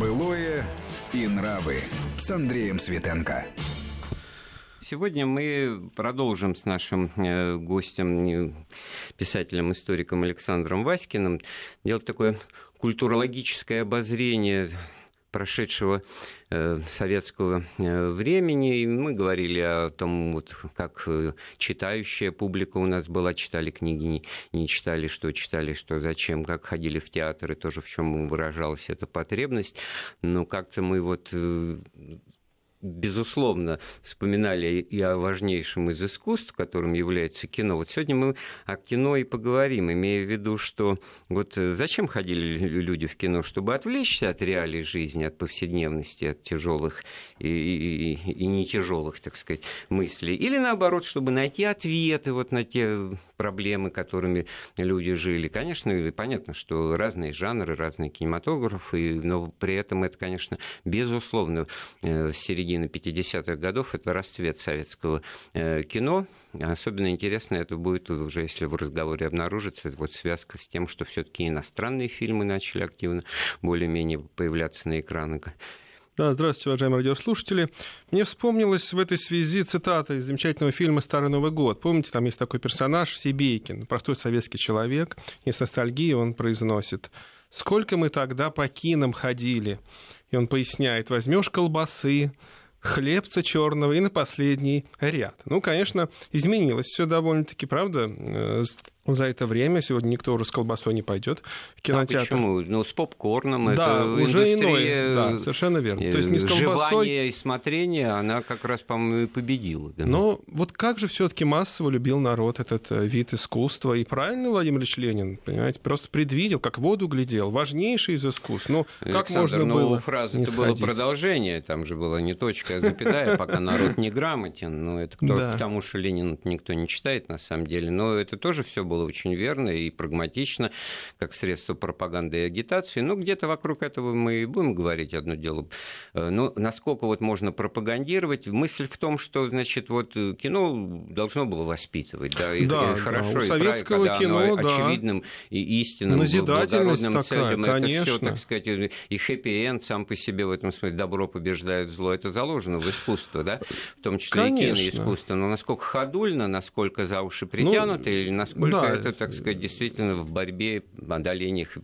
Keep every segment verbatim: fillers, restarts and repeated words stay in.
Былое и нравы с Андреем Светенко. Сегодня мы продолжим с нашим гостем, писателем-историком Александром Васькиным, делать такое культурологическое обозрение прошедшего э, советского э, времени. И мы говорили о том, вот, как э, читающая публика у нас была, читали книги, не, не читали, что читали, что зачем, как ходили в театры, тоже в чем выражалась эта потребность. Но как-то мы вот... Э, безусловно, вспоминали и о важнейшем из искусств, которым является кино. Вот сегодня мы о кино и поговорим, имея в виду, что вот зачем ходили люди в кино? Чтобы отвлечься от реалий жизни, от повседневности, от тяжелых и, и, и не тяжелых, так сказать, мыслей. Или наоборот, чтобы найти ответы вот на те проблемы, которыми люди жили. Конечно, понятно, что разные жанры, разные кинематографы, но при этом это, конечно, безусловно, с середины пятидесятых годов это расцвет советского кино. Особенно интересно это будет уже, если в разговоре обнаружится, вот связка с тем, что все-таки иностранные фильмы начали активно более-менее появляться на экранах. Да, здравствуйте, уважаемые радиослушатели. Мне вспомнилась в этой связи цитата из замечательного фильма «Старый Новый год». Помните, там есть такой персонаж Себейкин, простой советский человек, и с ностальгией он произносит: «Сколько мы тогда по кинам ходили?» И он поясняет: возьмешь колбасы, хлебца черного и на последний ряд. Ну, конечно, изменилось все довольно-таки, правда? За это время сегодня никто уже с колбасой не пойдет в кинотеатр. А почему? Ну, с попкорном. Да, это уже иное. Да, совершенно верно. То есть не с колбасой. Жевание и смотрение, она как раз, по-моему, и победила. Да? Но вот как же все-таки массово любил народ этот вид искусства. И правильно Владимир Ильич Ленин, понимаете, просто предвидел, как в воду глядел. Важнейший из искусств. Ну, как Александр, можно было ну, фраза это было продолжение. Там же была не точка, а запятая, пока народ не грамотен. Ну, это потому, что Ленин никто не читает, на самом деле. Но это тоже все было очень верно и прагматично, как средство пропаганды и агитации. Но где-то вокруг этого мы и будем говорить одно дело. Но насколько вот можно пропагандировать? Мысль в том, что, значит, вот кино должно было воспитывать, да, и, да, и хорошо, да. У и советского правильно, кино, когда да. оно очевидным и истинным, благородным такая, целям. Конечно. Это все, так сказать, и хэппи-энд сам по себе в этом смысле, добро побеждает зло. Это заложено в искусство, да, в том числе Конечно. и киноискусство. Но насколько ходульно, насколько за уши притянуто, ну, или насколько да. это, так сказать, действительно в борьбе, одолениях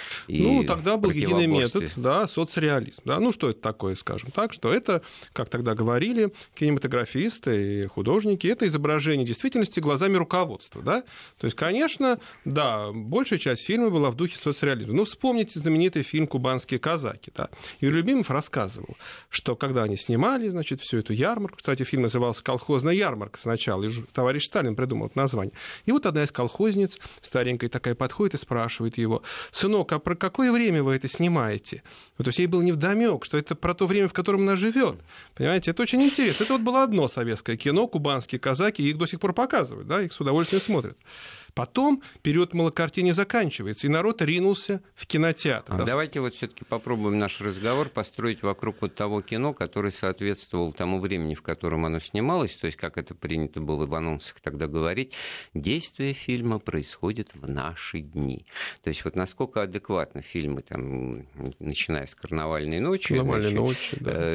и ну, тогда был единый метод, да, соцреализм. Да. Ну, что это такое, скажем так, что это, как тогда говорили кинематографисты и художники, это изображение действительности глазами руководства. Да. То есть, конечно, да, большая часть фильма была в духе соцреализма. Ну, вспомните знаменитый фильм «Кубанские казаки». Да. Юрий Любимов рассказывал, что когда они снимали, значит, всю эту ярмарку, кстати, фильм назывался «Колхозная ярмарка» сначала, и товарищ Сталин придумал это название. И вот одна из колхозниц, старенькая такая, подходит и спрашивает его: «Сынок, а про какое время вы это снимаете?» Вот, то есть ей было невдомёк, что это про то время, в котором она живет. Понимаете, это очень интересно. Это вот было одно советское кино, «Кубанские казаки», и их до сих пор показывают, да, их с удовольствием смотрят. Потом период малокартины заканчивается, и народ ринулся в кинотеатр. А да. Давайте вот все-таки попробуем наш разговор построить вокруг вот того кино, которое соответствовало тому времени, в котором оно снималось, то есть, как это принято было в анонсах тогда говорить, действие фильма происходит в наши дни. То есть, вот насколько адекватно фильмы, там, начиная с «Карнавальной ночи», «Карнавальной значит, ночи», да.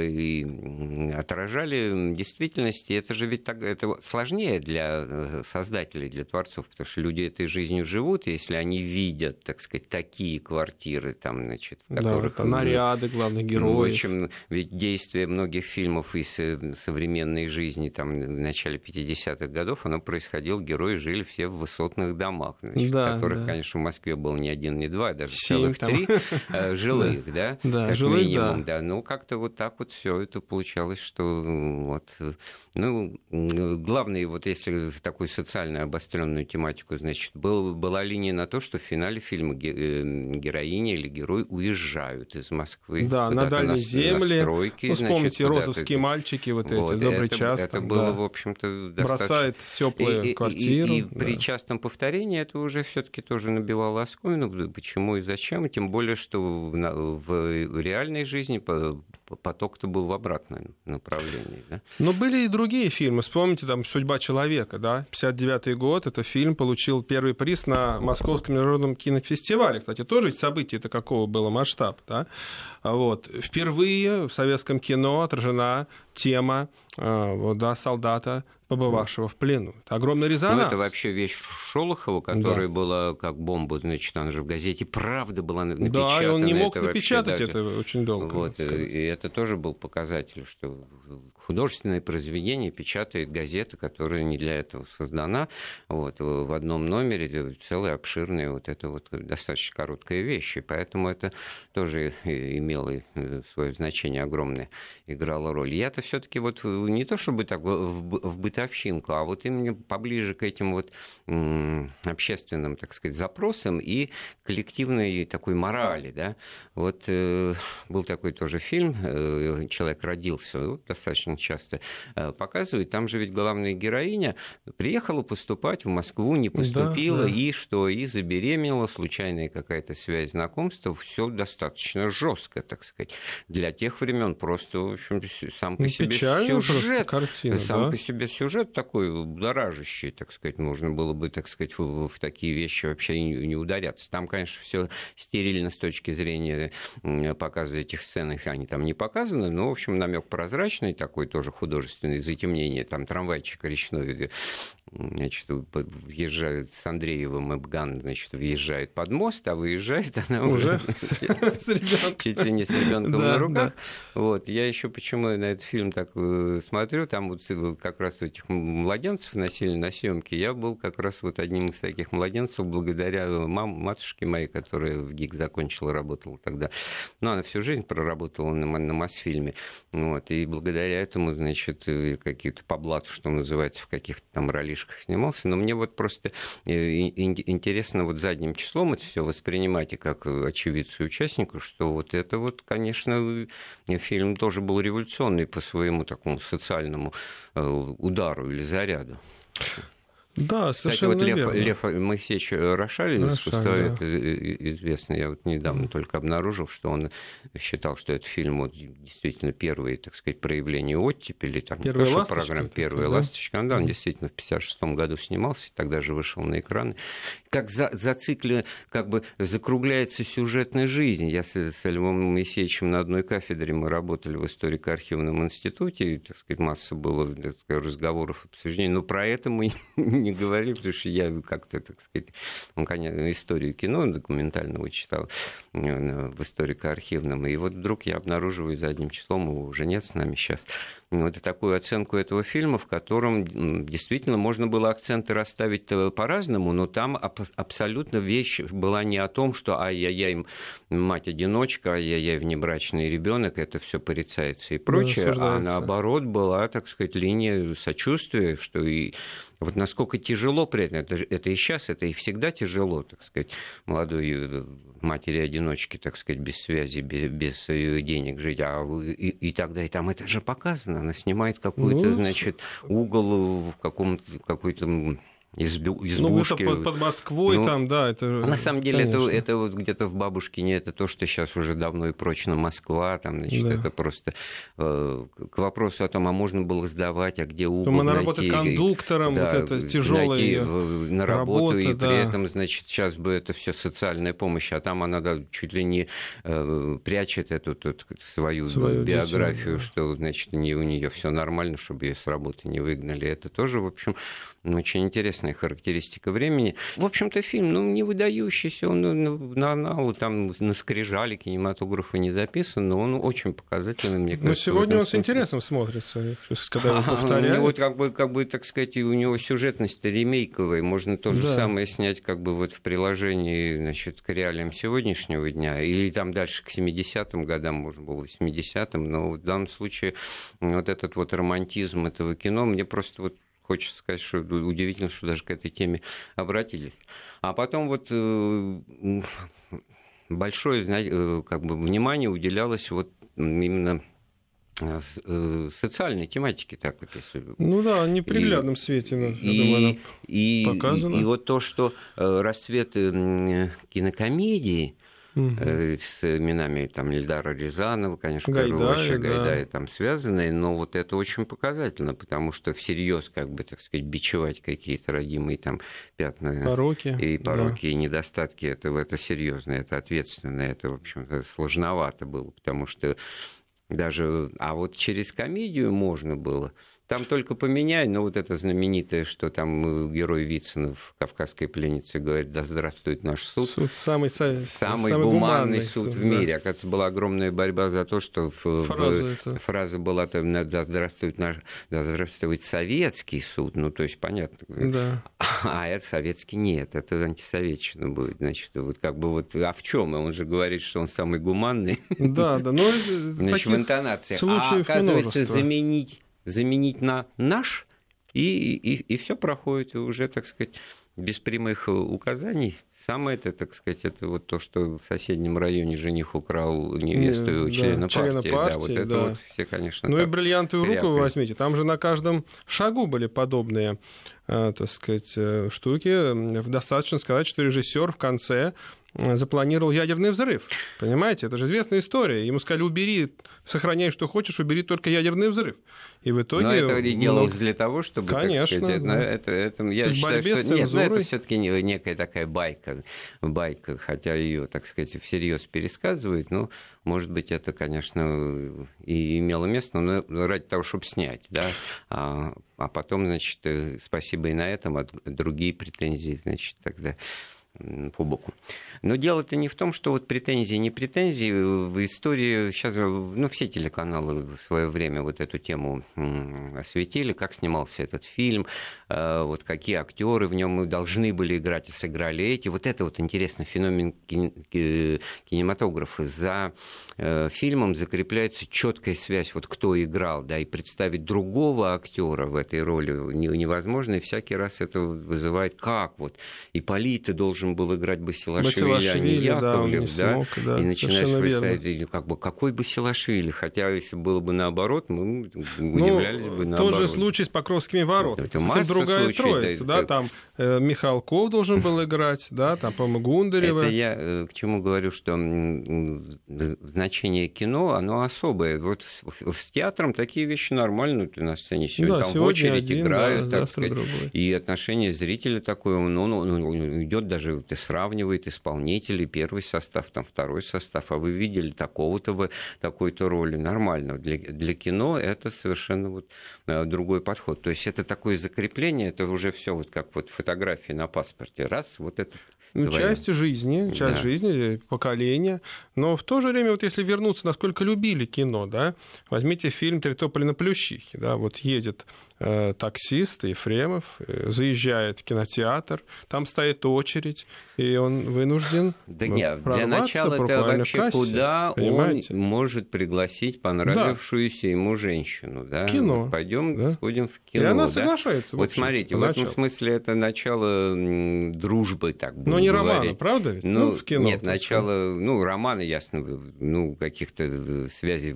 и отражали действительность. И это же ведь так, это сложнее для создателей, для творцов, потому что люди этой жизнью живут, если они видят, так сказать, такие квартиры, там, значит, в которых... Да, наряды главных героев. В общем, ведь действие многих фильмов из современной жизни, там, в начале пятидесятых годов, оно происходило, герои жили все в высотных домах, значит, да, в которых, да. конечно, в Москве было не один, не два, а даже Семь, целых три жилых, да, да, как жилых, минимум, да. да. Ну, как-то вот так вот все это получалось, что вот, ну, главное, вот если такую социально обостренную тематику, значит, был, была линия на то, что в финале фильма героиня или герой уезжают из Москвы. Да, на дальние земли. Стройки, ну, вспомните, значит, розовские мальчики, вот эти, вот, добрый это, час. Это там, было, да. в общем-то, достаточно... Бросает теплую и, квартиру. И, и, и да. при частом повторении это уже все-таки тоже набивало оскомину, почему и зачем, тем более, что в, в реальной жизни поток-то был в обратном направлении. Да? Но были и другие фильмы. Вспомните, там «Судьба человека», да, пятьдесят девятый год. Этот фильм получил первый приз на Московском международном кинофестивале. Кстати, тоже ведь событие-то какого было масштаб, да? Вот. Впервые в советском кино отражена тема вот, да, солдата, побывавшего в плену. Это огромный резонанс. Ну, это вообще вещь Шолохова, которая да. была как бомба, значит, она же в газете «Правда» была напечатана. Да, и он не мог это напечатать даже... это очень долго. Вот, и это тоже был показатель, что художественное произведение печатает газета, которая не для этого создана. Вот, в одном номере целая обширная, вот это вот достаточно короткая вещь, и поэтому это тоже имело свое значение огромное, играло роль. Я-то все-таки вот не то чтобы так в бытовщинку, а вот именно поближе к этим вот общественным, так сказать, запросам и коллективной такой морали, да. Вот э, был такой тоже фильм э, «Человек родился», вот, достаточно часто э, показывают, там же ведь главная героиня приехала поступать в Москву, не поступила, да, да. и что, и забеременела, случайная какая-то связь знакомства, все достаточно жестко, так сказать. Для тех времен просто, в общем, сам по ну, себе сюжет, картина, сам да? по себе сюжет такой будоражащий, так сказать, можно было бы, так сказать, в, в такие вещи вообще не, не ударяться. Там, конечно, все стерильно с точки зрения показа этих сцен, они там не показаны, но, в общем, намек прозрачный, такой тоже художественный, затемнение, там трамвайчик речной, значит, въезжает с Андреевым, Эбган, значит, въезжает под мост, а выезжает она уже, уже с ребенком. Чуть ли не с ребенком да, на руках. Да. Вот. Я еще почему на этот фильм так смотрю, там вот как раз этих младенцев носили на съемке, я был как раз вот одним из таких младенцев благодаря мам, матушке моей, которая в ГИК закончила, работала тогда. Ну, она всю жизнь проработала на, на Мосфильме. Вот. И благодаря этому, значит, какие-то по блату, что называется, в каких-то там ролишках снимался. Но мне вот просто интересно вот задним числом это все воспринимать и как очевидцу и участнику, что вот это вот, конечно, фильм тоже был революционный по своему такому социальному удару или заряду. Да, совершенно Кстати, вот Лев, верно. Лев Моисеевич Рошалин, искусствовед, да. известный, я вот недавно mm. только обнаружил, что он считал, что этот фильм вот, действительно первые, так сказать, проявления оттепели, там, первая ласточка, программа «Первая да? ласточка», да, он mm. действительно в пятьдесят шестом году снимался, тогда же вышел на экраны. Как за, зацикле, как бы закругляется сюжетная жизнь. Я с, с Львом Моисеевичем на одной кафедре, мы работали в историко-архивном институте, и, так сказать, масса было, так сказать, разговоров, обсуждений, но про это мы не говорили, потому что я как-то, так сказать, ну, конечно, историю кино документального читал в историко-архивном, и вот вдруг я обнаруживаю задним числом, его уже нет с нами сейчас, вот такую оценку этого фильма, в котором действительно можно было акценты расставить по-разному, но там абсолютно вещь была не о том, что ай-яй-яй, мать-одиночка, ай-яй-яй, внебрачный ребенок, это все порицается и прочее, а наоборот была, так сказать, линия сочувствия, что и вот насколько тяжело при этом, это, это и сейчас, это и всегда тяжело, так сказать, молодой матери-одиночке, так сказать, без связи, без, без денег жить, а вы, и, и тогда и там это же показано, она снимает какой-то, ну, значит, угол в каком-то, какой-то избу, избушке. Ну, это под, под Москвой ну, там, да, это... На самом деле, это, это вот где-то в Бабушкине, это то, что сейчас уже давно и прочно Москва, там, значит, да. это просто э, к вопросу о том, а можно было сдавать, а где угол она найти. Работает кондуктором, да, вот это тяжелая на работу, работа, и да. при этом, значит, сейчас бы это все социальная помощь, а там она да, чуть ли не э, прячет эту тут, свою, свою биографию, дитя, что, значит, не у нее все нормально, чтобы ее с работы не выгнали. Это тоже, в общем, очень интересная характеристика времени. В общем-то, фильм, ну, не выдающийся, он на аналы, там, на скрижали кинематографа не записан, но он очень показательный, мне кажется. Но сегодня он с интересом смотрится, когда его повторяют. Вот, как бы, как бы, так сказать, у него сюжетность ремейковая, можно то же да. самое снять, как бы, вот в приложении, значит, к реалиям сегодняшнего дня, или там дальше к семидесятым годам, можно было восьмидесятым, но в данном случае вот этот вот романтизм этого кино мне просто вот хочется сказать, что удивительно, что даже к этой теме обратились. А потом вот большое, знаете, как бы внимание уделялось вот именно социальной тематике, так вот, если... Ну да, неприглядном свете, я и, думаю, и, показано. И, и вот то, что расцвет кинокомедии, угу. с именами там Эльдара Рязанова, конечно, Гайдая, Гайдая да. там связанные, но вот это очень показательно, потому что всерьез, как бы, так сказать, бичевать какие-то родимые там пятна пороки, и пороки, да. и недостатки, это, это серьезно, это ответственно, это, в общем-то, сложновато было, потому что даже... А вот через комедию можно было... Там только поменяй, но вот это знаменитое, что там герой Вицина в «Кавказской пленнице» говорит: «Да здравствует наш суд». Суд самый, самый, самый гуманный, гуманный суд, суд в мире. Да. Оказывается, была огромная борьба за то, что в, в, фраза была там: «Да здравствует, наш, да здравствует советский суд». Ну, то есть, понятно. Да. А это советский нет, это антисоветчина будет. Значит, вот как бы вот... А в чем? Он же говорит, что он самый гуманный. Да, да. Но значит, в интонации. А оказывается, множество. заменить... заменить на наш, и, и, и все проходит, и уже, так сказать, без прямых указаний. Самое это, так сказать, это вот то, что в соседнем районе жених украл невесту члена, да, члена партии. партии. Да, вот это да. вот все, конечно, ну и бриллиантовую руку вы возьмите. Там же на каждом шагу были подобные, так сказать, штуки. Достаточно сказать, что режиссер в конце запланировал ядерный взрыв. Понимаете? Это же известная история. Ему сказали: убери, сохраняй, что хочешь, убери только ядерный взрыв. И в итоге... Но это не делалось много... для того, чтобы... Конечно. Так сказать, да. это, это, я считаю, что... Нет, но это все-таки некая такая байка, байка, хотя ее, так сказать, всерьез пересказывают, но, может быть, это, конечно, и имело место, но ради того, чтобы снять, да, а, а потом, значит, спасибо и на этом, а другие претензии, значит, тогда... по боку. Но дело-то не в том, что вот претензии, не претензии. В истории сейчас, ну, все телеканалы в свое время вот эту тему осветили, как снимался этот фильм, вот какие актеры в нем должны были играть и сыграли эти. Вот это вот интересный феномен кинематографа. За фильмом закрепляется четкая связь, вот кто играл, да, и представить другого актера в этой роли невозможно, и всякий раз это вызывает: как вот Ипполита должен был играть Басилашвили, а не Яковлев, да, смог, да, и начинаешь представить, как бы, какой Басилашвили, хотя если было бы наоборот, мы удивлялись ну, бы наоборот. Тот же случай с Покровскими воротами. Это масса другая случаев, троица, да, да, там э, Михалков должен был играть, да, там, по-моему, Гундарева. Это я э, к чему говорю, что значение кино, оно особое. Вот с театром такие вещи нормально, ты на сцене сегодня, да, там сегодня в очередь один, играют, да, так сказать, другой. И отношение зрителя такое, ну, ну, ну, идет даже, ты сравнивает исполнителей, первый состав, там второй состав, а вы видели такого-то в такой-то роли, нормально. Для, для кино это совершенно вот другой подход. То есть это такое закрепление, это уже все вот как вот фотографии на паспорте. Раз, вот это... Ну, часть жизни, часть да. жизни, поколения. Но в то же время, вот если вернуться, насколько любили кино, да, возьмите фильм «Три тополя на Плющихе», да, вот едет э, таксист Ефремов, э, заезжает в кинотеатр, там стоит очередь, и он вынужден да нет, для начала это вообще кассе, куда понимаете? Он может пригласить понравившуюся да. ему женщину, да, кино, вот пойдем, да. сходим в кино, и она да? соглашается. Вот смотрите, в этом смысле это начало дружбы, так бы. Но не романа, правда ведь? Ну, ну, в кино. Нет, начало, ну, романы, ясно, ну, каких-то связей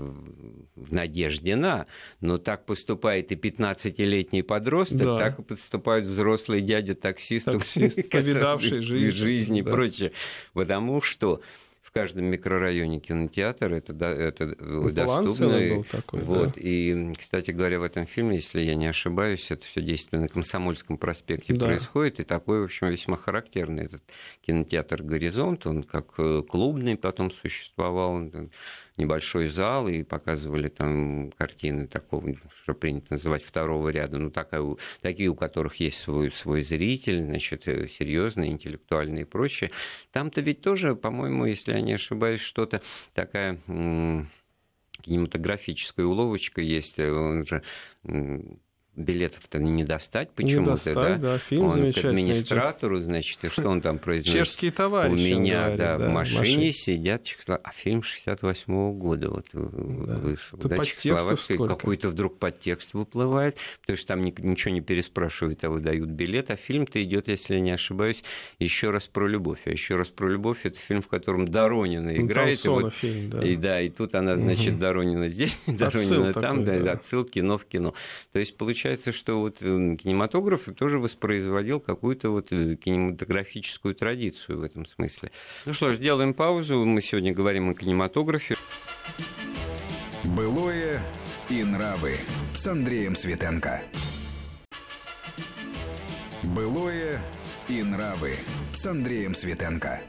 в надежде на, но так поступает и пятнадцатилетний подросток, да. так и поступают взрослые дядя-таксисты, таксист, повидавший жизнь, жизнь и да. прочее. Потому что в каждом микрорайоне кинотеатр, это, это доступно. Был такой, вот. да. И, кстати говоря, в этом фильме, если я не ошибаюсь, это все действие на Комсомольском проспекте да. происходит, и такой, в общем, весьма характерный этот кинотеатр «Горизонт», он как клубный потом существовал, небольшой зал, и показывали там картины такого, что принято называть второго ряда, ну, такая, такие, у которых есть свой, свой зритель, значит, серьезные, интеллектуальные и прочее. Там-то ведь тоже, по-моему, если я не ошибаюсь, что-то такая м- кинематографическая уловочка есть, он же... М- билетов-то не достать почему-то, не достать, да? да, фильм он к администратору, идет. Значит, и что он там произносит? Чешские товарищи. У меня, говорит, да, да, в машине, машине сидят чехословаки. А фильм шестьдесят восьмого года вот да. вышел. Да, чехословацкий, какой-то вдруг подтекст выплывает, потому что там ничего не переспрашивают, а выдают билет, а фильм-то идет, если я не ошибаюсь, еще раз про любовь. А еще раз про любовь — это фильм, в котором Доронина играет. И, вот, фильм, да. и да, и тут она, значит, угу. Доронина здесь, Доронина там, да, отсыл кино в кино. То есть получается получается, что вот кинематограф тоже воспроизводил какую-то вот кинематографическую традицию в этом смысле. Ну что ж, делаем паузу. Мы сегодня говорим о кинематографе. Былое и нравы с Андреем Светенко. Былое и нравы с Андреем Светенко.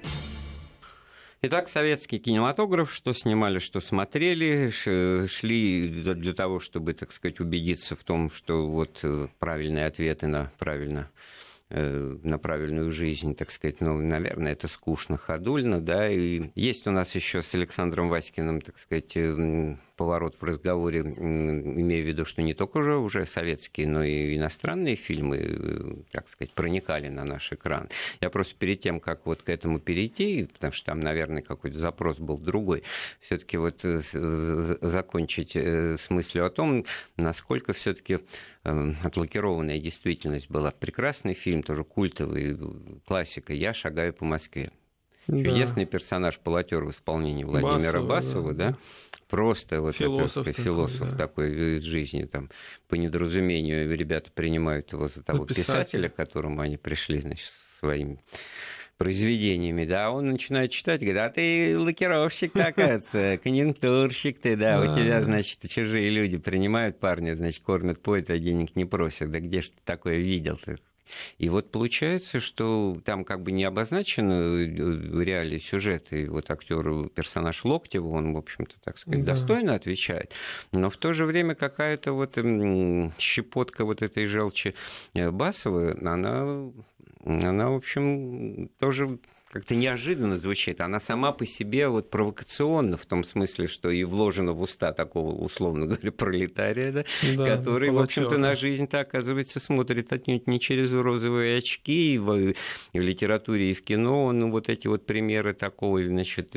Итак, советский кинематограф, что снимали, что смотрели, шли для того, чтобы, так сказать, убедиться в том, что вот правильные ответы на правильно на правильную жизнь, так сказать, ну, наверное, это скучно, ходульно, да, и есть у нас еще с Александром Васькиным, так сказать, поворот в разговоре, имея в виду, что не только уже, уже советские, но и иностранные фильмы, так сказать, проникали на наш экран. Я просто перед тем, как вот к этому перейти, потому что там, наверное, какой-то запрос был другой, все-таки вот закончить с мыслью о том, насколько все-таки отлакированная действительность была. Прекрасный фильм, тоже культовый, классика «Я шагаю по Москве». Да. Чудесный персонаж Полотер в исполнении Владимира Басова, Басова да, да. Просто вот философ, это, такой, философ да. такой из жизни. Там, по недоразумению ребята принимают его за того Писатель. писателя, к которому они пришли, значит, своими произведениями, да, он начинает читать, говорит, а ты лакировщик, оказывается, конъюнктурщик ты, да, у тебя, значит, чужие люди принимают парня, значит, кормят, поют, а денег не просят, да где ж ты такое видел-то? И вот получается, что там как бы не обозначены реалии сюжета, и вот актер, персонаж Локтева, он, в общем-то, так сказать, да. достойно отвечает, но в то же время какая-то вот щепотка вот этой желчи Басовой, она, она, в общем, тоже как-то неожиданно звучит. Она сама по себе вот провокационна в том смысле, что и вложена в уста такого, условно говоря, пролетария, да, да, который, в общем-то, на жизнь-то, оказывается, смотрит отнюдь не через розовые очки. И в, и в литературе, и в кино он вот эти вот примеры такого, значит,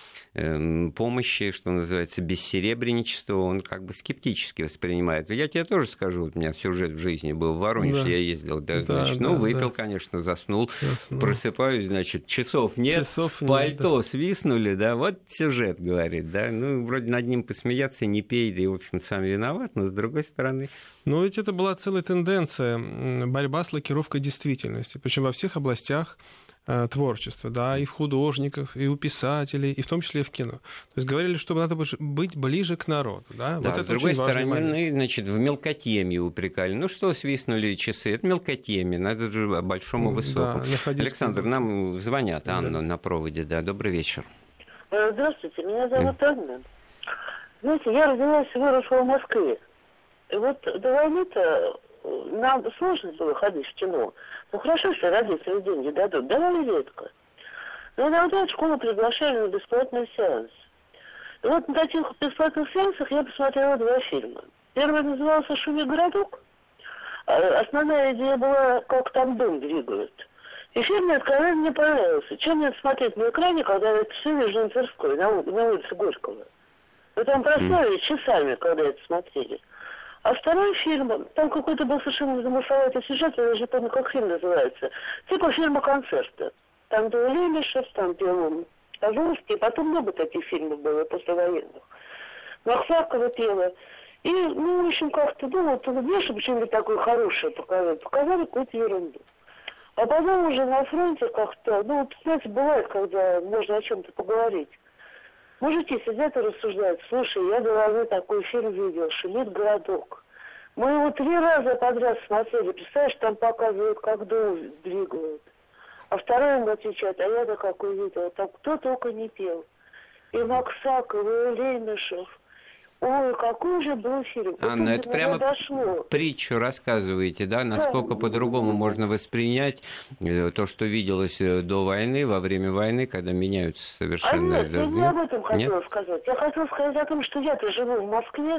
помощи, что называется, бессеребренничества, он как бы скептически воспринимает. Я тебе тоже скажу, у меня сюжет в жизни был в Воронеж, да. я ездил, да, да, значит, да, ну, выпил, да. конечно, заснул, Ясно. просыпаюсь, значит, часов нет, часов пальто нет, да. свистнули, да, вот сюжет, говорит, да, ну, вроде над ним посмеяться, не пей, да и, в общем, сам виноват, но, с другой стороны... Ну, ведь это была целая тенденция, борьба с лакировкой действительности, причем во всех областях творчества, да, и в художников, и у писателей, и в том числе и в кино. То есть говорили, что надо быть ближе к народу. Да, да вот с это другой стороны, значит, в мелкотемье упрекали. Ну что, свистнули часы, это мелкотемье, надо же большому высокому. Да, Александр, нам звонят, Анна да. на проводе, да, добрый вечер. Здравствуйте, меня зовут mm. Анна. Знаете, я родилась и выросла в Москве. И вот до войны-то нам сложно было ходить в кино. Ну хорошо, что родители деньги дадут, давали редко. Но иногда в школу приглашали на бесплатный сеанс. И вот на таких бесплатных сеансах я посмотрела два фильма. Первый назывался «Шумит городок». Основная идея была, как там дом двигают. И фильм откровенно мне понравился. Чем мне смотреть на экране, когда это все в Нижнем Тверской, на, на улице Горького. Вы там прославили часами, когда это смотрели. А второй фильм, там какой-то был совершенно замысловатый сюжет, я даже не помню, как фильм называется. Типа фильма «Концерта». Там был Лемешев, там был Азовский, потом много таких фильмов было послевоенных. Махсакова пела. И, ну, в общем, как-то, ну, вот, знаешь, почему-то такое хорошее показали. Показали какую-то ерунду. А потом уже на фронте как-то, ну, вот, знаете, бывает, когда можно о чем-то поговорить. Мужики сидят и рассуждают, слушай, я говорю, такой фильм видел, «Шумит городок». Мы его три раза подряд смотрели, представляешь, там показывают, как дом двигают. А второй ему отвечает, а я-то какой видел, там кто только не пел. И Максаков, и Лемешев. Ой, какой же был фильм. Анна, это, это прямо дошло. Притчу рассказываете, да? Насколько да. по-другому можно воспринять то, что виделось до войны, во время войны, когда меняются совершенно... А нет, я не об этом хотела нет? сказать. Я хотела сказать о том, что я-то живу в Москве.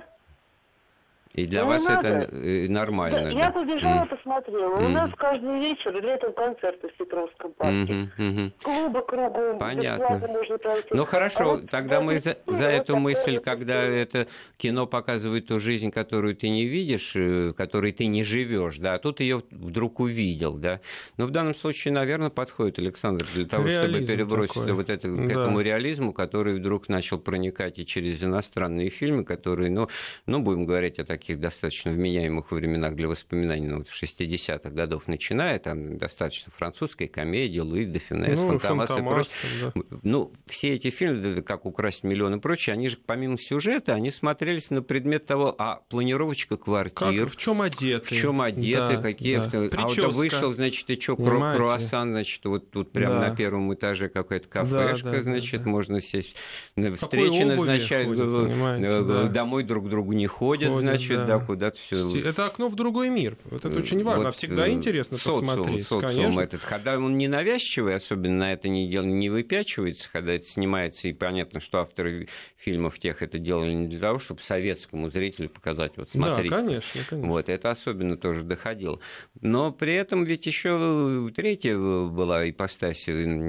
И для ну, вас надо. Это нормально. Я, да? я побежала, mm. посмотрела. Mm. У нас каждый вечер летом концерты в Петровском парке. Mm-hmm. Mm-hmm. Клубы кругом. Понятно. Ну хорошо, а вот, тогда мы за, за эту вот мысль, когда это кино показывает ту жизнь, которую ты не видишь, в которой ты не живешь, да, а тут ее вдруг увидел, да. Но в данном случае, наверное, подходит Александр для того, Реализм чтобы перебросить такой. вот это, к да. этому реализму, который вдруг начал проникать и через иностранные фильмы, которые, ну, ну будем говорить о таких таких достаточно вменяемых временах для воспоминаний, ну, вот в шестидесятых годов начиная, там достаточно французской комедии, Луи де Фюнес, ну, Фантомас и прочее. Да. Ну, все эти фильмы, как «Украсть миллион» и прочее, они же, помимо сюжета, они смотрелись на предмет того, а планировочка квартир. Как, в чем одеты. В чем одеты, да, какие. Да. А вот вышел, значит, и что, круассан, значит, вот тут прямо да. на первом этаже какая-то кафешка, да, да, значит, да, да. можно сесть. Встречи назначают, ходят, домой да. друг к другу не ходят, ходят значит, да, да куда-то все. Это окно в другой мир. Вот это очень важно. Вот, всегда интересно социум, посмотреть. Социум этот. Когда он ненавязчивый, особенно на это не, дел, не выпячивается, когда это снимается, и понятно, что авторы фильмов тех это делали не для того, чтобы советскому зрителю показать, вот смотрите. Да, конечно, конечно. Вот, это особенно тоже доходило. Но при этом ведь еще третья была ипостась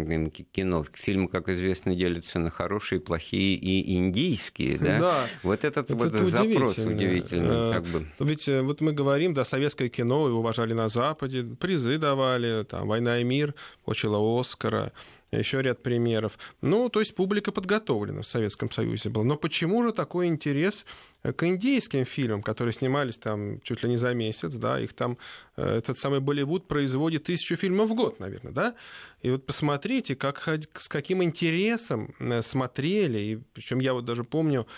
кино. Фильмы, как известно, делятся на хорошие, плохие и индийские. Да? Да. Вот этот вот это запрос удивительный. Как бы. Ведь вот мы говорим, да, советское кино, его уважали на Западе, призы давали, там, «Война и мир» получила Оскара. Еще ряд примеров. Ну, то есть публика подготовлена в Советском Союзе была. Но почему же такой интерес к индийским фильмам, которые снимались там чуть ли не за месяц, да, их там этот самый Болливуд производит тысячу фильмов в год, наверное, да? И вот посмотрите, как, с каким интересом смотрели, и причем я вот даже помню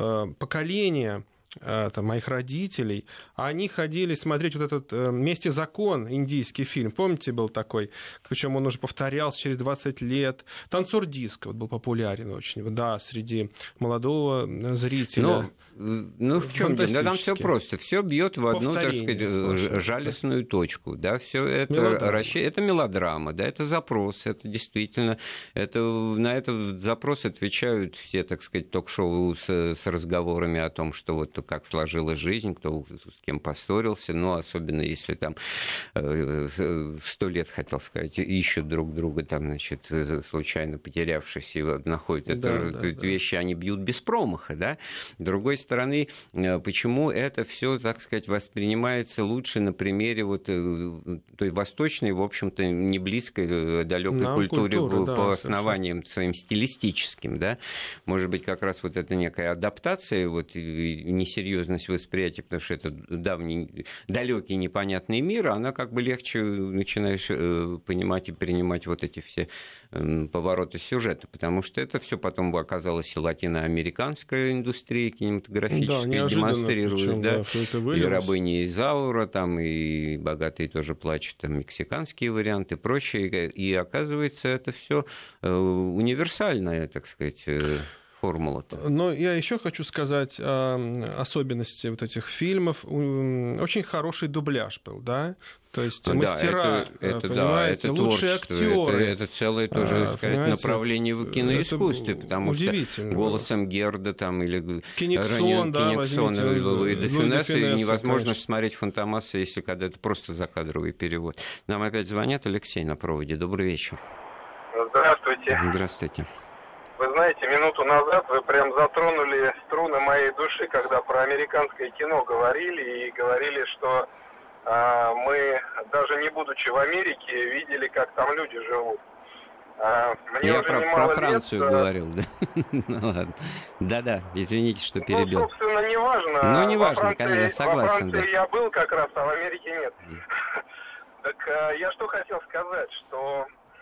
поколение там, моих родителей, они ходили смотреть вот этот «Месть и закон», индийский фильм. Помните, был такой? Причем он уже повторялся через двадцать лет. «Танцор диска» вот был популярен очень, да, среди молодого зрителя. Но, ну, в чем дело? Да, там все просто. Все бьет в одну, так сказать, жалостную да. точку. Да, все это, мелодрама. это мелодрама, да, это запрос, это действительно, это, на этот запрос отвечают все, так сказать, ток-шоу с, с разговорами о том, что вот как сложилась жизнь, кто с кем поссорился, ну, особенно если там сто лет, хотел сказать, ищут друг друга, там, значит, случайно потерявшись и находят. Да, это да, да. вещи, они бьют без промаха, да. С другой стороны, почему это все, так сказать, воспринимается лучше на примере вот той восточной, в общем-то, не близкой, далекой Нам культуре культура, по да, основаниям совершенно. Своим стилистическим, да. Может быть, как раз вот это некая адаптация, вот, несерьезность восприятия, потому что это давний, далекий, непонятный мир, она как бы легче начинаешь понимать и принимать вот эти все повороты сюжета, потому что это все потом оказалось и латиноамериканская индустрия кинематографическая, да, демонстрирует, причем, да, да и «Рабыня Изаура», там, и «Богатые тоже плачут», там, мексиканские варианты и прочее, и оказывается, это все универсальное, так сказать, формула-то. Но я еще хочу сказать о особенности вот этих фильмов. Очень хороший дубляж был, да? То есть да, мастера, это, это, понимаете, да, это лучшие актеры. Это, это целое тоже, а, сказать, направление в киноискусстве, потому что голосом Герда там, или Кенигсон, да, Кенигсона или Луи де Фюнеса невозможно конечно. Смотреть «Фантомаса», если когда это просто закадровый перевод. Нам опять звонят. Алексей на проводе. Добрый вечер. Здравствуйте. Здравствуйте. Вы знаете, минуту назад вы прям затронули струны моей души, когда про американское кино говорили, и говорили, что а, мы, даже не будучи в Америке, видели, как там люди живут. А, мне Я уже про, немало про Францию лет, говорил, да? Ну ладно. Да-да, извините, что перебил. Ну, собственно, не важно. Ну, не важно, конечно, согласен. Во Франции я был как раз, а в Америке нет. Так я что хотел сказать, что...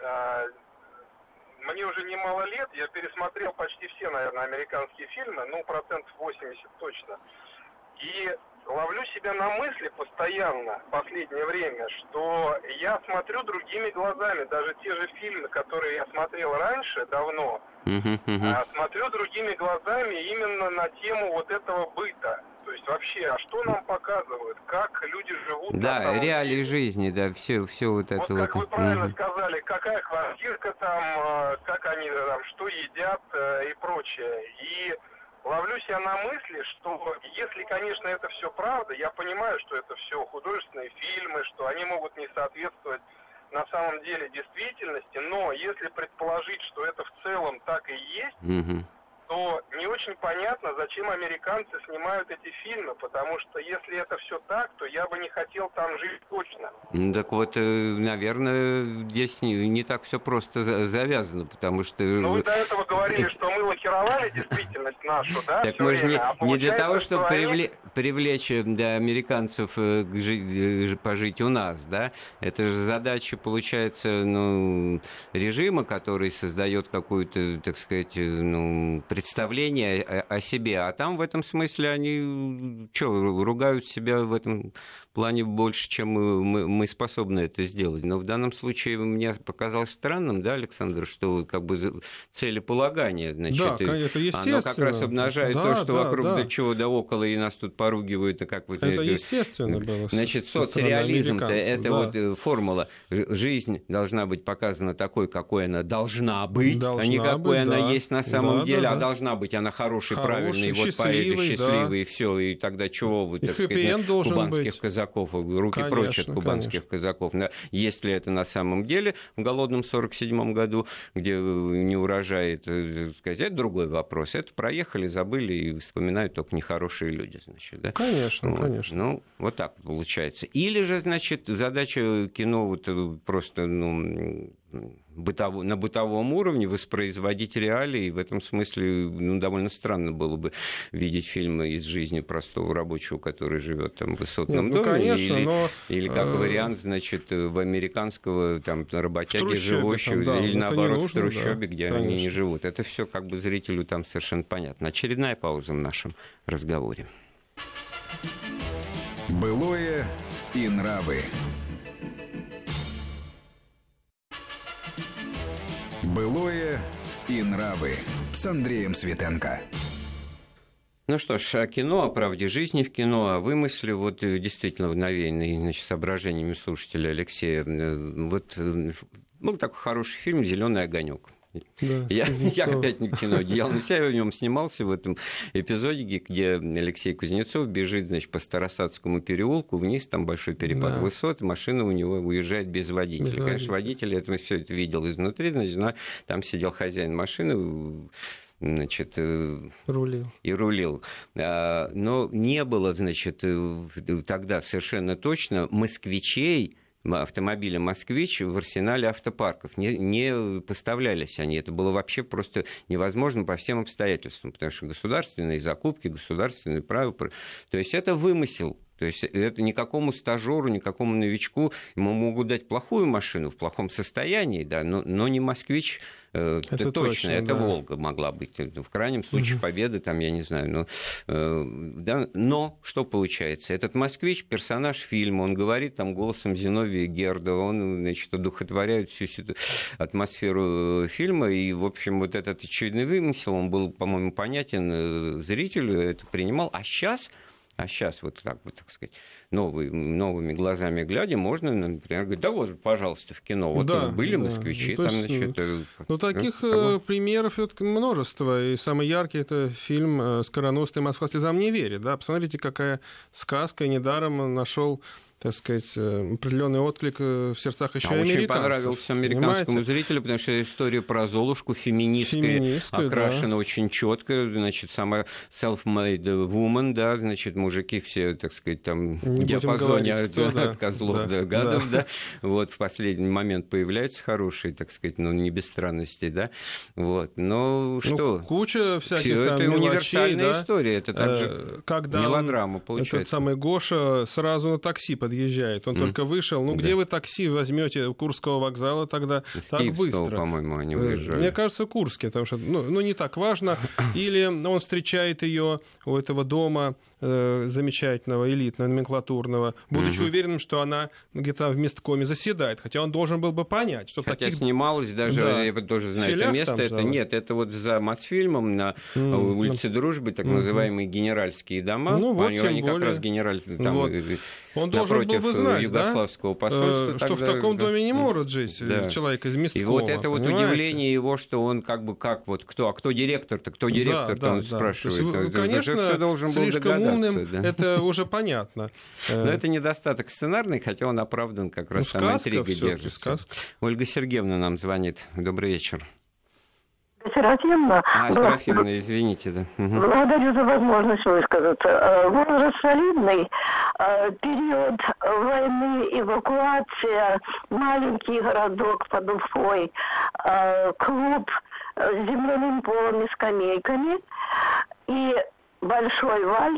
Мне уже немало лет, я пересмотрел почти все, наверное, американские фильмы, ну, процентов восемьдесят точно. И ловлю себя на мысли постоянно в последнее время, что я смотрю другими глазами. Даже те же фильмы, которые я смотрел раньше, давно, uh-huh, uh-huh. смотрю другими глазами именно на тему вот этого быта. То есть вообще, а что нам показывают, как люди живут? Да, реалии жизни, да, все, все вот это вот. Как вот. Вы правильно mm-hmm. сказали, какая квартирка там, как они там, что едят и прочее. И ловлю себя на мысли, что если, конечно, это все правда, я понимаю, что это все художественные фильмы, что они могут не соответствовать на самом деле действительности, но если предположить, что это в целом так и есть, mm-hmm. то не очень понятно, зачем американцы снимают эти фильмы, потому что если это все так, то я бы не хотел там жить точно. Так вот, наверное, здесь не, не так все просто завязано, потому что... Ну, вы до этого говорили, что мы лакировали действительность нашу, да? Так мы же не, а не для того, чтобы они... привлечь, привлечь да, американцев к жи- пожить у нас, да? Это же задача, получается, ну, режима, который создает какое-то, так сказать, ну, представление о, о себе, а там в этом смысле они что, ругают себя в этом плане больше, чем мы, мы способны это сделать. Но в данном случае мне показалось странным, да, Александр, что как бы целеполагание, значит, да, это естественно. Оно как раз обнажает да, то, что да, вокруг да. до чего да около, и нас тут поругивают, и как вот это, это естественно было. Значит, соцреализм-то это да. вот формула. Жизнь должна быть показана такой, какой она должна быть, должна а не какой быть, она да. есть на самом да, деле, да, а да. должна быть она хорошей, Хороший, правильной, вот поэты счастливый, да. и все, и тогда чего вы, и так сказать, кубанских быть. казаков, руки Конечно, прочь от кубанских конечно. казаков. Есть ли это на самом деле в голодном сорок седьмом году, где не урожай, это, сказать, это другой вопрос. Это проехали, забыли и вспоминают только нехорошие люди, значит, да? Конечно, вот. конечно. Ну, вот так получается. Или же, значит, задача кино вот просто, ну, бытово, на бытовом уровне воспроизводить реалии. И в этом смысле ну, довольно странно было бы видеть фильмы из жизни простого рабочего, который живет там в высотном Нет, ну, доме, конечно, или, но... или как вариант, значит, в американского там, работяги, живущего, да, или наоборот нужно, в трущобе, да, где конечно. они не живут. Это все как бы зрителю там совершенно понятно. Очередная пауза в нашем разговоре. Былое и нравы. Былое и нравы с Андреем Светенко. Ну что ж, о кино, о правде жизни в кино, о вымысле, вот действительно навеянный, значит, соображениями слушателя Алексея. Вот был такой хороший фильм «Зеленый огонек». Да, я, я опять не кино одеял на себя, я в нем снимался в этом эпизоде, где Алексей Кузнецов бежит, значит, по Старосадскому переулку вниз, там большой перепад да. высот, машина у него уезжает без водителя. Без Конечно, водитель, водитель это все это видел изнутри, значит, там сидел хозяин машины, значит, рулил. и рулил. Но не было, значит, тогда совершенно точно москвичей, автомобиля «Москвич» в арсенале автопарков. Не, не поставлялись они. Это было вообще просто невозможно по всем обстоятельствам, потому что государственные закупки, государственные правила. То есть это вымысел. То есть это никакому стажеру, никакому новичку ему могут дать плохую машину в плохом состоянии, да, но, но не «Москвич». Это, это точно, точно, это да. «Волга» могла быть. В крайнем случае, угу. «Победа», там, я не знаю. Но, э, да, но что получается? Этот «Москвич» — персонаж фильма, он говорит там голосом Зиновия Гердова, он, значит, одухотворяет всю атмосферу фильма, и, в общем, вот этот очевидный вымысел, он был, по-моему, понятен зрителю, это принимал. А сейчас... А сейчас вот так вот, так сказать, новый, новыми глазами глядя, можно, например, говорить, да вот, пожалуйста, в кино, вот да, были да. москвичи, ну, там, есть, значит... Ну, таких кого? примеров множество, и самый яркий это фильм «Скороносный Москва слезам не верит», да, посмотрите, какая сказка, и недаром нашел, так сказать, определенный отклик в сердцах еще а и американцев. Очень понравился американскому Понимаете? зрителю, потому что история про Золушку феминистская, феминистская окрашена да. очень четко, значит, сама self-made woman, да, значит, мужики все, так сказать, там в диапазоне от, да, от козлов да, до гадов, да. да, вот в последний момент появляются хорошие, так сказать, ну, не без странностей, да, вот, но что? Ну, куча всяких Всё там это мелочей, универсальная да? история, это также Когда мелодрама, получается. Этот самый Гоша сразу на такси подъезжает. Он mm. только вышел. Ну, да. где вы такси возьмете Курского вокзала тогда С так Киевского, быстро? по-моему, они выезжали. Мне кажется, Курский, потому что ну, ну, не так важно. Или он встречает ее у этого дома э, замечательного, элитного, номенклатурного, будучи mm-hmm. уверенным, что она где-то в месткоме заседает. Хотя он должен был бы понять, что Хотя таких... снималось даже, да. я тоже знаю это место. Это, нет, это вот за Мосфильмом на mm-hmm. улице Дружбы, так mm-hmm. называемые генеральские дома. Ну, вот, они они как более... раз генеральские там... Вот. Он должен был бы знать, югославского да? посольства, что тогда... в таком доме не может жить да. человек из месткома. И вот это вот понимаете? удивление его, что он как бы как вот кто, а кто директор-то, кто директор-то, да, он да, спрашивает. Да. Есть, конечно, все должен был слишком умным, да. это уже понятно. Но это недостаток сценарный, хотя он оправдан как раз ну, там интрига держится. Сказка. Ольга Сергеевна нам звонит. Добрый вечер. Серафимовна. А, Серафимовна, извините, да. Угу. Благодарю за возможность высказаться. Возраст солидный, период войны, эвакуация, маленький городок под Уфой, клуб с земляным полом и скамейками, и большой вальс,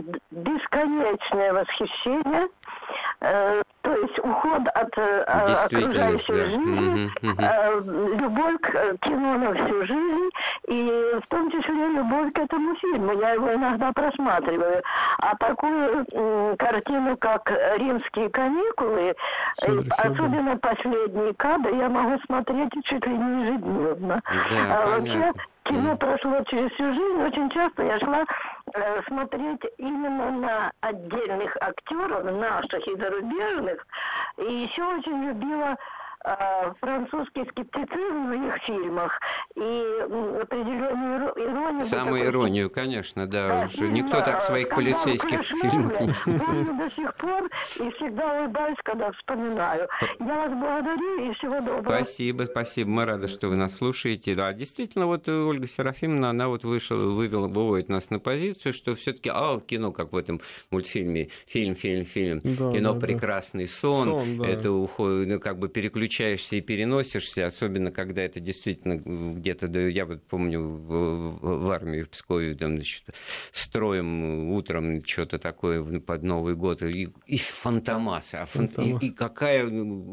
бесконечное восхищение, э, то есть уход от э, окружающей да. жизни, угу, угу. Э, любовь к кино на всю жизнь, и в том числе любовь к этому фильму. Я его иногда просматриваю. А такую э, картину, как «Римские каникулы», э, особенно последние кадры, я могу смотреть чуть ли не ежедневно. Да, а вообще кино прошло через всю жизнь. Очень часто я шла э, смотреть именно на отдельных актеров, наших и зарубежных. И еще очень любила э, французский скептицизм в их фильмах и м, определенную иронию. Самую иронию, конечно, да. да уже никто да, так в своих полицейских фильмах не снимает. Помню до сих пор и всегда улыбаюсь, когда вспоминаю. Я вас благодарю и всего доброго. Спасибо, спасибо. Мы рады, что вы нас слушаете. Да, действительно, вот Ольга Серафимовна, она вот вышла, вывела, выводит нас на позицию, что все-таки, а, кино, как в этом мультфильме, фильм, фильм, фильм, да, кино да, «Прекрасный да. сон», сон да. это уходит, ну, как бы переключаешься и переносишься, особенно когда это действительно где-то, да, я вот помню, в, в армии в Пскове, там, значит, строим утром что-то такое под Новый год, и, и Фантомас, а фан... и, и какая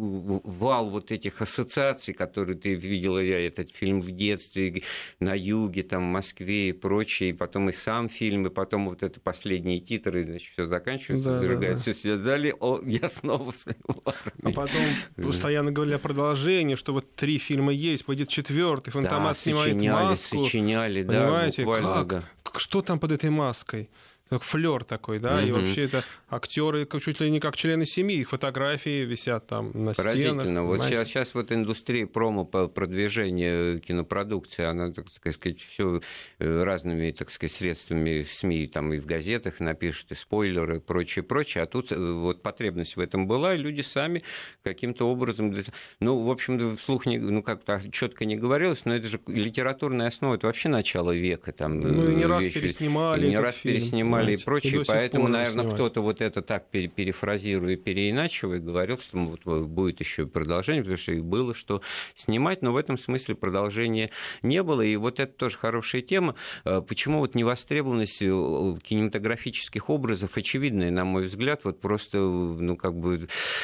вал вот этих ассоциаций, которые ты видела, я этот фильм в детстве, на юге, там, в Москве и прочее, и потом и сам фильм, и потом вот это последние титры, значит, все заканчивается, да, зажигается да, да. свет в зале, о, я снова в армии. А потом постоянно говорили о продолжении, что вот три фильма есть, выйдет четвертый, Фантомас да, снимает сочиняли, маску. Сочиняли, понимаете, да, буквально, как? Да. Что там под этой маской? Флёр такой, да, mm-hmm. и вообще это актеры чуть ли не как члены семьи, их фотографии висят там на стенах. Поразительно. Вот сейчас, сейчас вот индустрия промо по продвижению кинопродукции, она, так сказать, все разными, так сказать, средствами в СМИ, там и в газетах напишут, и спойлеры, и прочее, прочее. А тут вот потребность в этом была, и люди сами каким-то образом, ну, в общем, вслух не, ну, как-то четко не говорилось, но это же литературная основа, это вообще начало века. Там, ну, и не раз вещи, переснимали. И не раз фильм. переснимали. И прочее, и поэтому, наверное, снимать. Кто-то вот это так перефразируя, переиначивая, говорил, что вот будет еще продолжение, потому что и было что снимать, но в этом смысле продолжения не было, и вот это тоже хорошая тема. Почему вот невостребованность кинематографических образов очевидная, на мой взгляд, вот просто, ну, как бы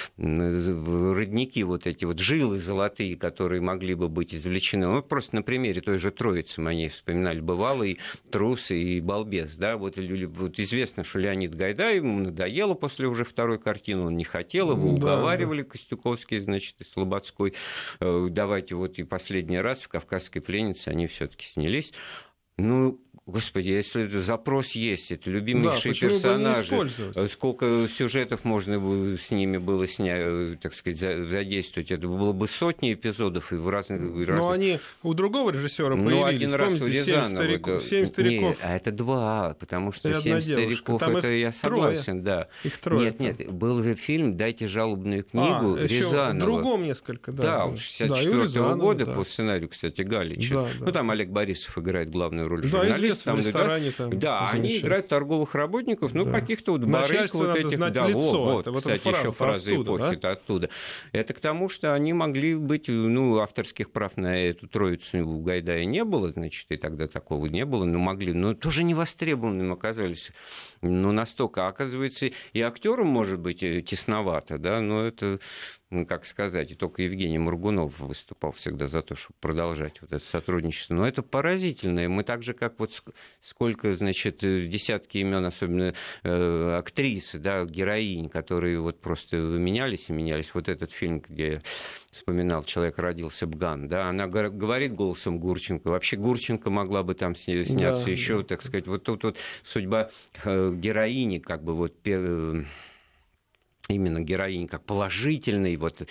родники вот эти вот, жилы золотые, которые могли бы быть извлечены. Вот просто на примере той же «Троицы» мы о ней вспоминали, бывалый трус и балбес, да, вот Вот известно, что Леонид Гайдай, ему надоело после уже второй картины, он не хотел, его да, уговаривали, да. Костюковский, значит, и Слободской, давайте вот и последний раз в «Кавказской пленнице» они все-таки снялись. Ну, господи, если запрос есть, это любимейшие да, персонажи, сколько сюжетов можно с ними было снять, так сказать, задействовать, это было бы сотни эпизодов и в разных... Но разных... они у другого режиссера появились, ну, один раз у Рязанова, «Семь стариков». Да. «Семь стариков». Нет, а это два, потому что это «Семь стариков», там это я согласен, трое. Да. Их трое. Нет, нет, был же фильм «Дайте жалобную книгу» а, Рязанова. В другом несколько, да. Да, да. шестьдесят четвёртого да, года да. по сценарию, кстати, Галича. Да, да. Ну, там Олег Борисов играет главную роль да, журналиста. Там, в ресторане, да, там, да они играют торговых работников, ну, да. каких-то вот барыг вот этих. Да, лицо. вот, это, вот, кстати, фраза, еще фраза оттуда, эпохи да? оттуда. Это к тому, что они могли быть, ну, авторских прав на эту троицу у Гайдая не было, значит, и тогда такого не было, но могли, но тоже невостребованными оказались. Ну, настолько, оказывается, и актерам может быть тесновато, да, но это... Ну, как сказать, и только Евгений Моргунов выступал всегда за то, чтобы продолжать вот это сотрудничество. Но это поразительно. И мы так же, как вот сколько, значит, десятки имен, особенно э, актрис, да, героинь, которые вот просто менялись и менялись. Вот этот фильм, где я вспоминал «Человек родился Бган», да, она говорит голосом Гурченко. Вообще Гурченко могла бы там сняться да, еще, да. так сказать. Вот тут вот судьба э, героини, как бы вот... Именно героинь как положительный, вот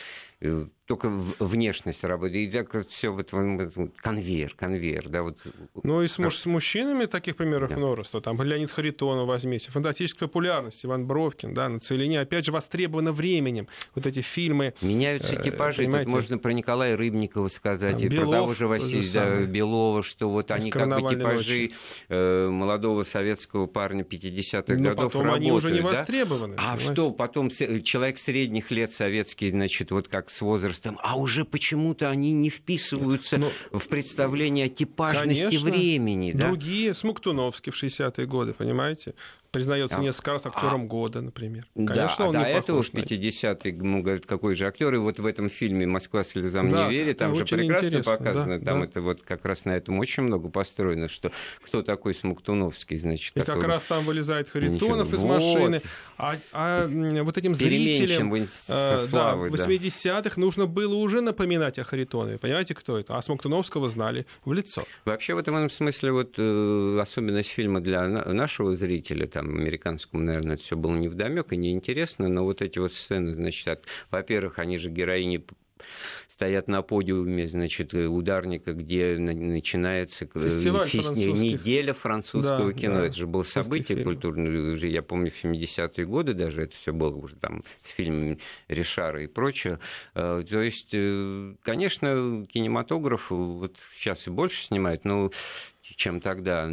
только внешность работает. И так все вот конвейер, конвейер, да, вот. Ну и с, муж, с мужчинами таких примеров да. множество. Там Леонид Харитонов возьмите, фантастическая популярность, Иван Бровкин, да, на целине, опять же, востребовано временем. Вот эти фильмы. Меняются типажи. Тут можно про Николая Рыбникова сказать, Белов, и про того же Василия да, Белова, что вот они как бы типажи э, молодого советского парня пятидесятых Но годов потом работают. Они уже не да? востребованы. А понимаете? Что потом человек средних лет советский, значит, вот как с возрастом, а уже почему-то они не вписываются Но, в представление о типажности конечно, времени. Да? Другие, Смоктуновский в шестидесятые годы, понимаете? Признается а, несколько раз актером а, года, например. Конечно, да, он да, не это похож уж пятидесятые, ну, говорит, какой же актер. И вот в этом фильме «Москва слезам да, не верит», там же прекрасно показано, да, там да. это вот как раз на этом очень много построено, что кто такой Смоктуновский, значит. И который... как раз там вылезает Харитонов Ничего. из вот. машины, а, а вот этим зрителям э, да, в восьмидесятых да. нужно было уже напоминать о Харитонове. Понимаете, кто это? А Смоктуновского знали в лицо. Вообще в этом смысле вот э, особенность фильма для нашего зрителя, там, американскому, наверное, это все было невдомёк и неинтересно, но вот эти вот сцены, значит, от, во-первых, они же героини стоят на подиуме, значит, ударника, где начинается Фестиваль фест... неделя французского да, кино. Да. Это же было событие культурное, уже, я помню, в семидесятые годы даже это все было уже там с фильмами Ришара и прочее. То есть, конечно, кинематограф вот сейчас и больше снимает, но чем тогда,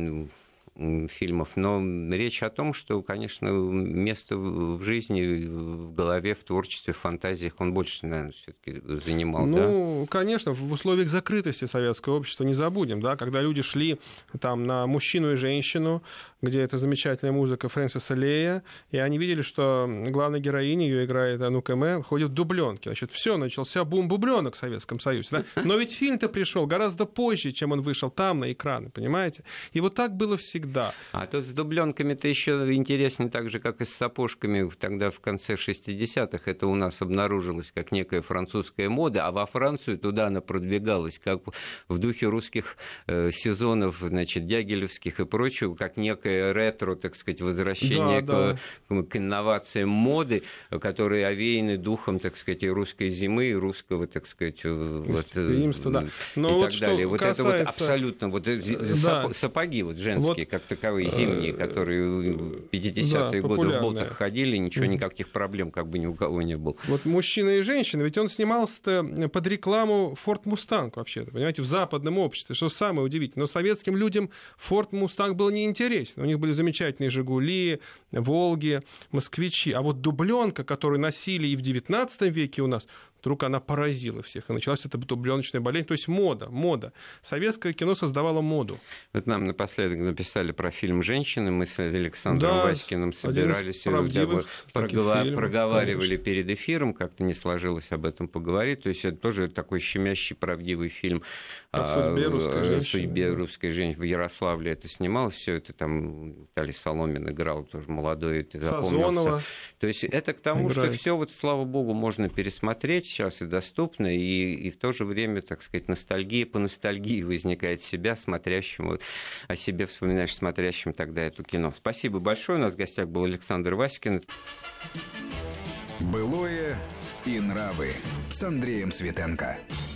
фильмов, но речь о том, что, конечно, место в жизни, в голове, в творчестве, в фантазиях он больше, наверное, все-таки занимал. Ну, да? конечно, в условиях закрытости советского общества не забудем, да, когда люди шли там на мужчину и женщину, где это замечательная музыка Фрэнсиса Лея, и они видели, что главная героиня, ее играет Анук Эме, ходит в дубленке. Значит, все, начался бум бубленок в Советском Союзе. Да? Но ведь фильм-то пришел гораздо позже, чем он вышел там на экраны, понимаете? И вот так было всегда. А тут с дубленками-то еще интереснее, так же, как и с сапожками тогда в конце шестидесятых. Это у нас обнаружилось как некая французская мода, а во Францию туда она продвигалась как в духе русских э, сезонов, значит, дягилевских и прочего, как некая ретро, так сказать, возвращение да, к, да. к инновациям моды, которые овеяны духом, так сказать, и русской зимы, и русского, так сказать, вот, да. Но и вот так далее. Вот касается... это вот абсолютно вот, да. сапоги вот женские, вот, как таковые, зимние, которые в пятидесятые да, годы в болтах ходили, ничего, никаких проблем как бы ни у кого не было. Вот мужчина и женщина, ведь он снимался под рекламу Ford Mustang вообще-то, понимаете, в западном обществе, что самое удивительное. Но советским людям Ford Mustang был неинтересен. У них были замечательные «Жигули», «Волги», «Москвичи». А вот дубленка, которую носили и в девятнадцатом веке у нас, вдруг она поразила всех. И началась эта дубленочная болезнь. То есть мода, мода. Советское кино создавало моду. Вот нам напоследок написали про фильм «Женщины». Мы с Александром да, Васькиным собирались, да, проговар... фильмов, проговаривали конечно. Перед эфиром. Как-то не сложилось об этом поговорить. То есть это тоже такой щемящий, правдивый фильм о судьбе русской женщины. Судьбе русской женщины. В Ярославле это снималось. Все это там Виталий Соломин играл, тоже молодой, это запомнился. Сазонова. То есть это к тому, играет. Что все, вот, слава богу, можно пересмотреть сейчас и доступно, и, и в то же время, так сказать, ностальгия по ностальгии возникает себя, смотрящему, о себе вспоминаешь, смотрящим тогда это кино. Спасибо большое. У нас в гостях был Александр Васькин. Былое и нравы с Андреем Светенко.